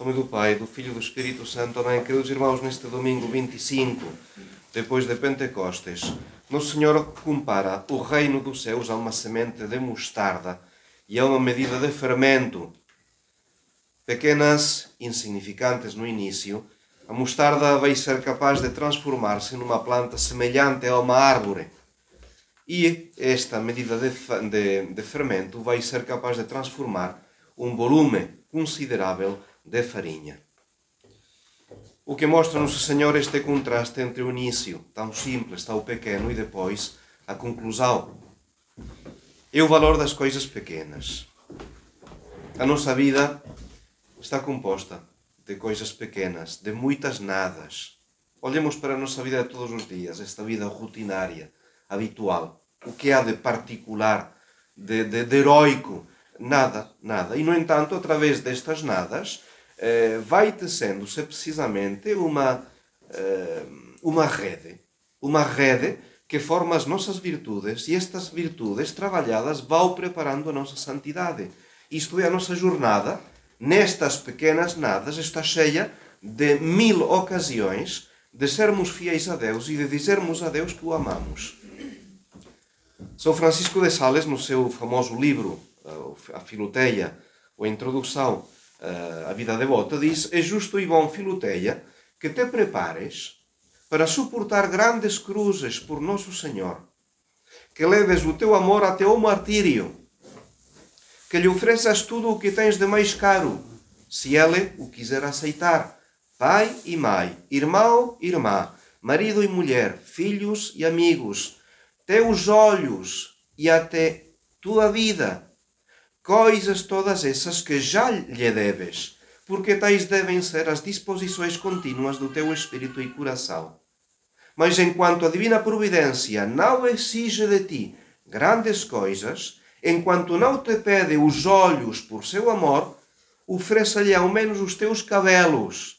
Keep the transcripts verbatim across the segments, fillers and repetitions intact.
Nome do Pai, do Filho e do Espírito Santo. Amém. Queridos irmãos, neste domingo vinte e cinco, depois de Pentecostes, Nosso Senhor compara o reino dos céus a uma semente de mostarda e a uma medida de fermento. Pequenas, insignificantes no início, a mostarda vai ser capaz de transformar-se numa planta semelhante a uma árvore. E esta medida de, de, de fermento vai ser capaz de transformar um volume considerável de farinha. O que mostra Nosso Senhor este contraste entre o início, tão simples, tão pequeno, e depois a conclusão. É o valor das coisas pequenas. A nossa vida está composta de coisas pequenas, de muitas nadas. Olhemos para a nossa vida de todos os dias, esta vida rutinária, habitual. O que há de particular, de, de, de heroico? Nada, nada. E, no entanto, através destas nadas, eh, vai tecendo-se precisamente uma, eh, uma rede. Uma rede que forma as nossas virtudes, e estas virtudes trabalhadas vão preparando a nossa santidade. Isto é, a nossa jornada, nestas pequenas nadas, está cheia de mil ocasiões de sermos fiéis a Deus e de dizermos a Deus que o amamos. São Francisco de Sales, no seu famoso livro, a Filoteia, ou a Introdução à Vida Devota, diz: é justo e bom, Filoteia, que te prepares para suportar grandes cruzes por Nosso Senhor, que leves o teu amor até ao martírio, que lhe ofereças tudo o que tens de mais caro, se ele o quiser aceitar, pai e mãe, irmão e irmã, marido e mulher, filhos e amigos, teus olhos e até tua vida, coisas todas essas que já lhe deves, porque tais devem ser as disposições contínuas do teu espírito e coração. Mas enquanto a divina providência não exige de ti grandes coisas, enquanto não te pede os olhos por seu amor, ofereça-lhe ao menos os teus cabelos.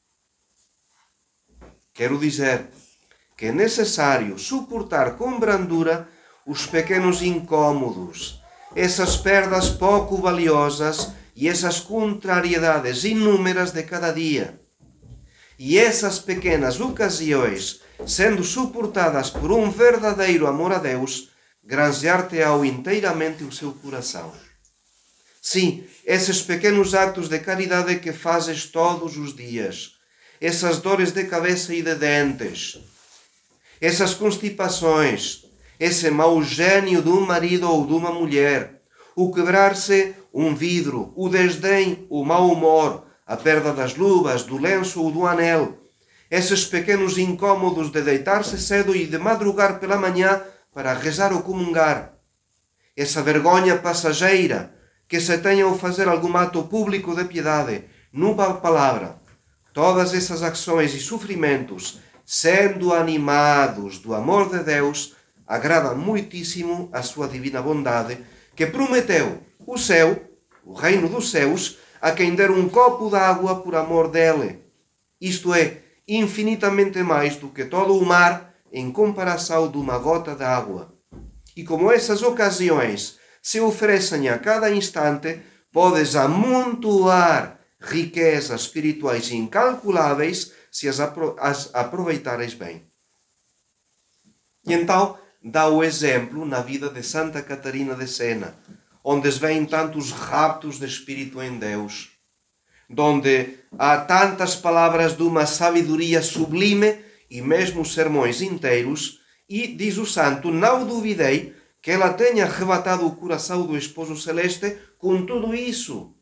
Quero dizer que é necessário suportar com brandura os pequenos incômodos, essas perdas pouco valiosas e essas contrariedades inúmeras de cada dia. E essas pequenas ocasiões, sendo suportadas por um verdadeiro amor a Deus, granjear-te-ão inteiramente o seu coração. Sim, esses pequenos atos de caridade que fazes todos os dias, essas dores de cabeça e de dentes, essas constipações, esse mau gênio de um marido ou de uma mulher, o quebrar-se um vidro, o desdém, o mau humor, a perda das luvas, do lenço ou do anel, esses pequenos incômodos de deitar-se cedo e de madrugar pela manhã para rezar ou comungar, essa vergonha passageira que se tem ao fazer algum ato público de piedade, numa palavra, todas essas ações e sofrimentos, sendo animados do amor de Deus, agradam muitíssimo a sua divina bondade, que prometeu o céu, o reino dos céus, a quem der um copo de água por amor dele. Isto é, infinitamente mais do que todo o mar, em comparação de uma gota de água. E como essas ocasiões se oferecem a cada instante, podes amontoar riquezas espirituais incalculáveis se as, apro as aproveitares bem. E então dá o exemplo na vida de Santa Catarina de Sena, onde se vêem tantos raptos de espírito em Deus, onde há tantas palavras de uma sabedoria sublime e mesmo sermões inteiros, e, diz o santo, não duvidei que ela tenha arrebatado o coração do esposo celeste com tudo isso.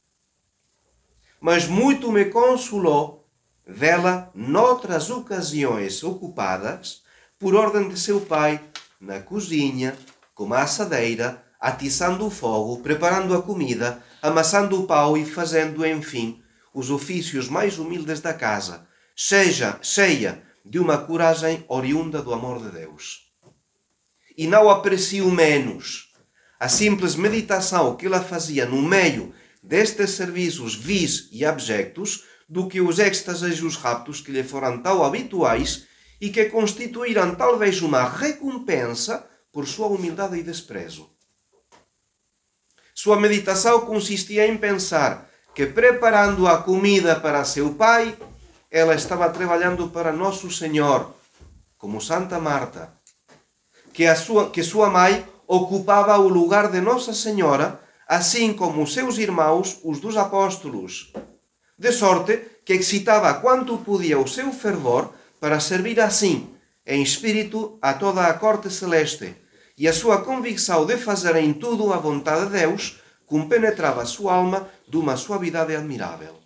Mas muito me consolou vê-la noutras ocasiões ocupadas, por ordem de seu pai, na cozinha, com a assadeira, atiçando o fogo, preparando a comida, amassando o pão e fazendo, enfim, os ofícios mais humildes da casa, seja cheia de uma coragem oriunda do amor de Deus. E não aprecio menos a simples meditação que ela fazia no meio destes serviços vis e abjectos do que os êxtases e os raptos que lhe foram tão habituais e que constituíram talvez uma recompensa por sua humildade e desprezo. Sua meditação consistia em pensar que preparando a comida para seu pai, ela estava trabalhando para Nosso Senhor, como Santa Marta, que, a sua, que sua mãe ocupava o lugar de Nossa Senhora, assim como os seus irmãos, os dos apóstolos, de sorte que excitava quanto podia o seu fervor para servir assim, em espírito, a toda a corte celeste, e a sua convicção de fazer em tudo a vontade de Deus compenetrava a sua alma de uma suavidade admirável.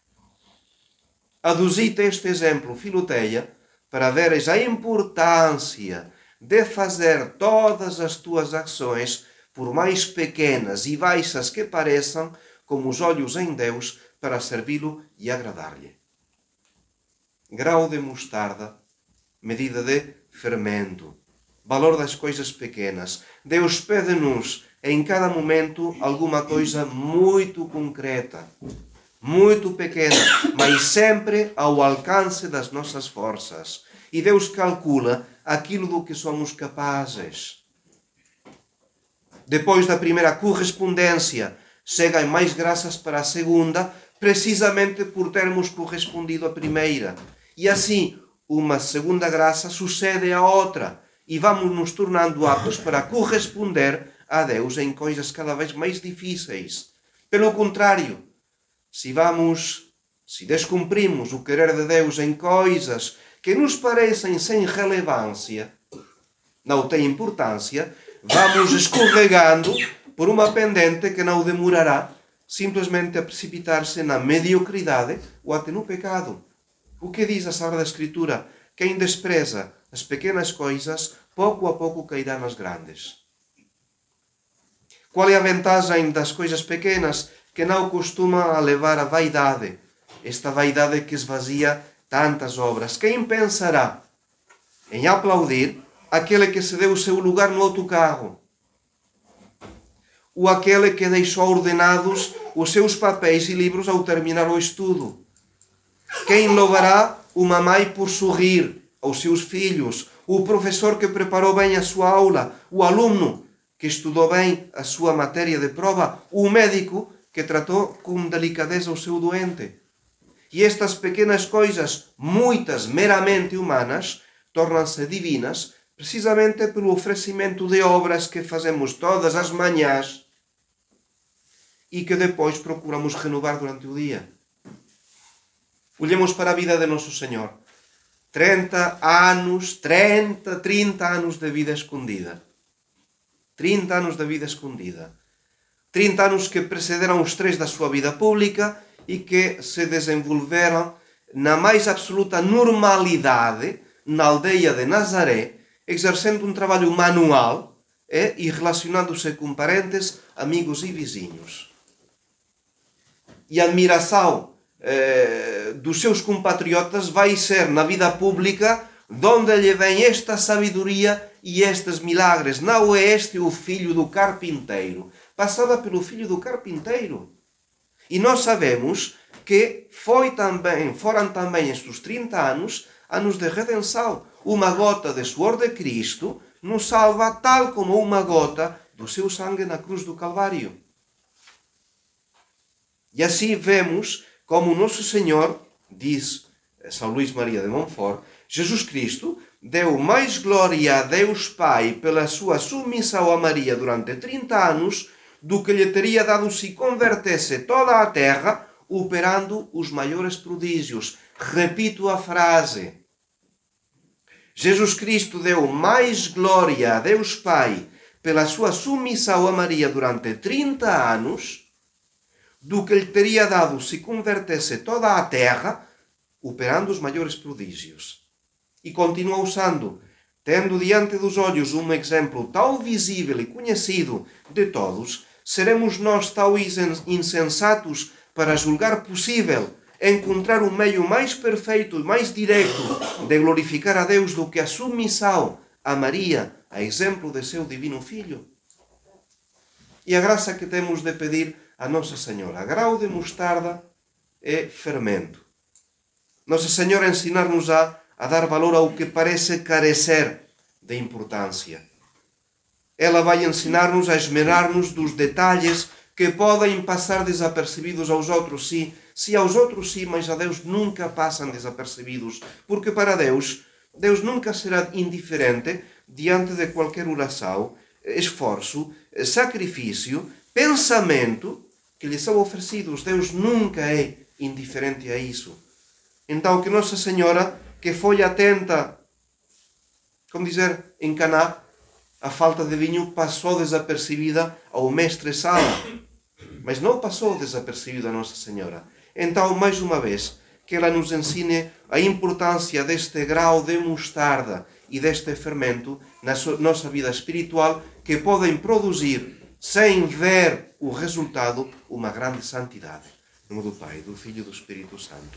Aduzite este exemplo, Filoteia, para veres a importância de fazer todas as tuas ações, por mais pequenas e baixas que pareçam, como os olhos em Deus, para servi-lo e agradar-lhe. Grau de mostarda, medida de fermento, valor das coisas pequenas. Deus pede-nos em cada momento alguma coisa muito concreta, muito pequena, mas sempre ao alcance das nossas forças. E Deus calcula aquilo do que somos capazes. Depois da primeira correspondência, chegam mais graças para a segunda, precisamente por termos correspondido à primeira. E assim, uma segunda graça sucede à outra, e vamos nos tornando aptos para corresponder a Deus em coisas cada vez mais difíceis. Pelo contrário, se vamos, se descumprimos o querer de Deus em coisas que nos parecem sem relevância, não têm importância, vamos escorregando por uma pendente que não demorará simplesmente a precipitar-se na mediocridade ou até no pecado. O que diz a Sagrada Escritura? Quem despreza as pequenas coisas, pouco a pouco cairá nas grandes. Qual é a vantagem das coisas pequenas? Que não costuma levar à vaidade, esta vaidade que esvazia tantas obras. Quem pensará em aplaudir aquele que se deu o seu lugar no autocarro? Ou aquele que deixou ordenados os seus papéis e livros ao terminar o estudo? Quem louvará uma mãe por sorrir aos seus filhos? O professor que preparou bem a sua aula? O aluno que estudou bem a sua matéria de prova? O médico que tratou com delicadeza o seu doente? E estas pequenas coisas, muitas meramente humanas, tornam-se divinas precisamente pelo oferecimento de obras que fazemos todas as manhãs e que depois procuramos renovar durante o dia. Olhemos para a vida de Nosso Senhor. trinta anos, trinta, trinta anos de vida escondida. trinta anos de vida escondida. trinta anos que precederam os três da sua vida pública e que se desenvolveram na mais absoluta normalidade na aldeia de Nazaré, exercendo um trabalho manual eh, e relacionando-se com parentes, amigos e vizinhos. E a admiração eh, dos seus compatriotas vai ser na vida pública de onde lhe vem esta sabedoria e estes milagres. Não é este o filho do carpinteiro? Passava pelo filho do carpinteiro. E nós sabemos que foi também, foram também estes trinta anos, anos de redenção. Uma gota de suor de Cristo nos salva tal como uma gota do seu sangue na cruz do Calvário. E assim vemos como Nosso Senhor, diz São Luís Maria de Montfort, Jesus Cristo deu mais glória a Deus Pai pela sua submissão a Maria durante trinta anos do que lhe teria dado se convertesse toda a terra operando os maiores prodígios. Repito a frase. Jesus Cristo deu mais glória a Deus Pai pela sua submissão a Maria durante trinta anos do que lhe teria dado se convertesse toda a terra operando os maiores prodígios. E continua usando, tendo diante dos olhos um exemplo tão visível e conhecido de todos, seremos nós tão insensatos para julgar possível encontrar um meio mais perfeito e mais direto de glorificar a Deus do que a submissão a Maria, a exemplo de seu divino Filho? E a graça que temos de pedir a Nossa Senhora, grau de mostarda é fermento. Nossa Senhora ensinar-nos a, a dar valor ao que parece carecer de importância. Ela vai ensinar-nos a esmerar-nos dos detalhes que podem passar desapercebidos aos outros, sim. Se aos outros sim, mas a Deus nunca passam desapercebidos, porque para Deus, Deus nunca será indiferente diante de qualquer oração, esforço, sacrifício, pensamento que lhe são oferecidos. Deus nunca é indiferente a isso. Então, que Nossa Senhora, que foi atenta, como dizer, em Caná, a falta de vinho passou desapercebida ao mestre Sala, mas não passou desapercebida a Nossa Senhora. Então, mais uma vez, que ela nos ensine a importância deste grau de mostarda e deste fermento na nossa vida espiritual, que podem produzir, sem ver o resultado, uma grande santidade. Em nome do Pai, do Filho e do Espírito Santo.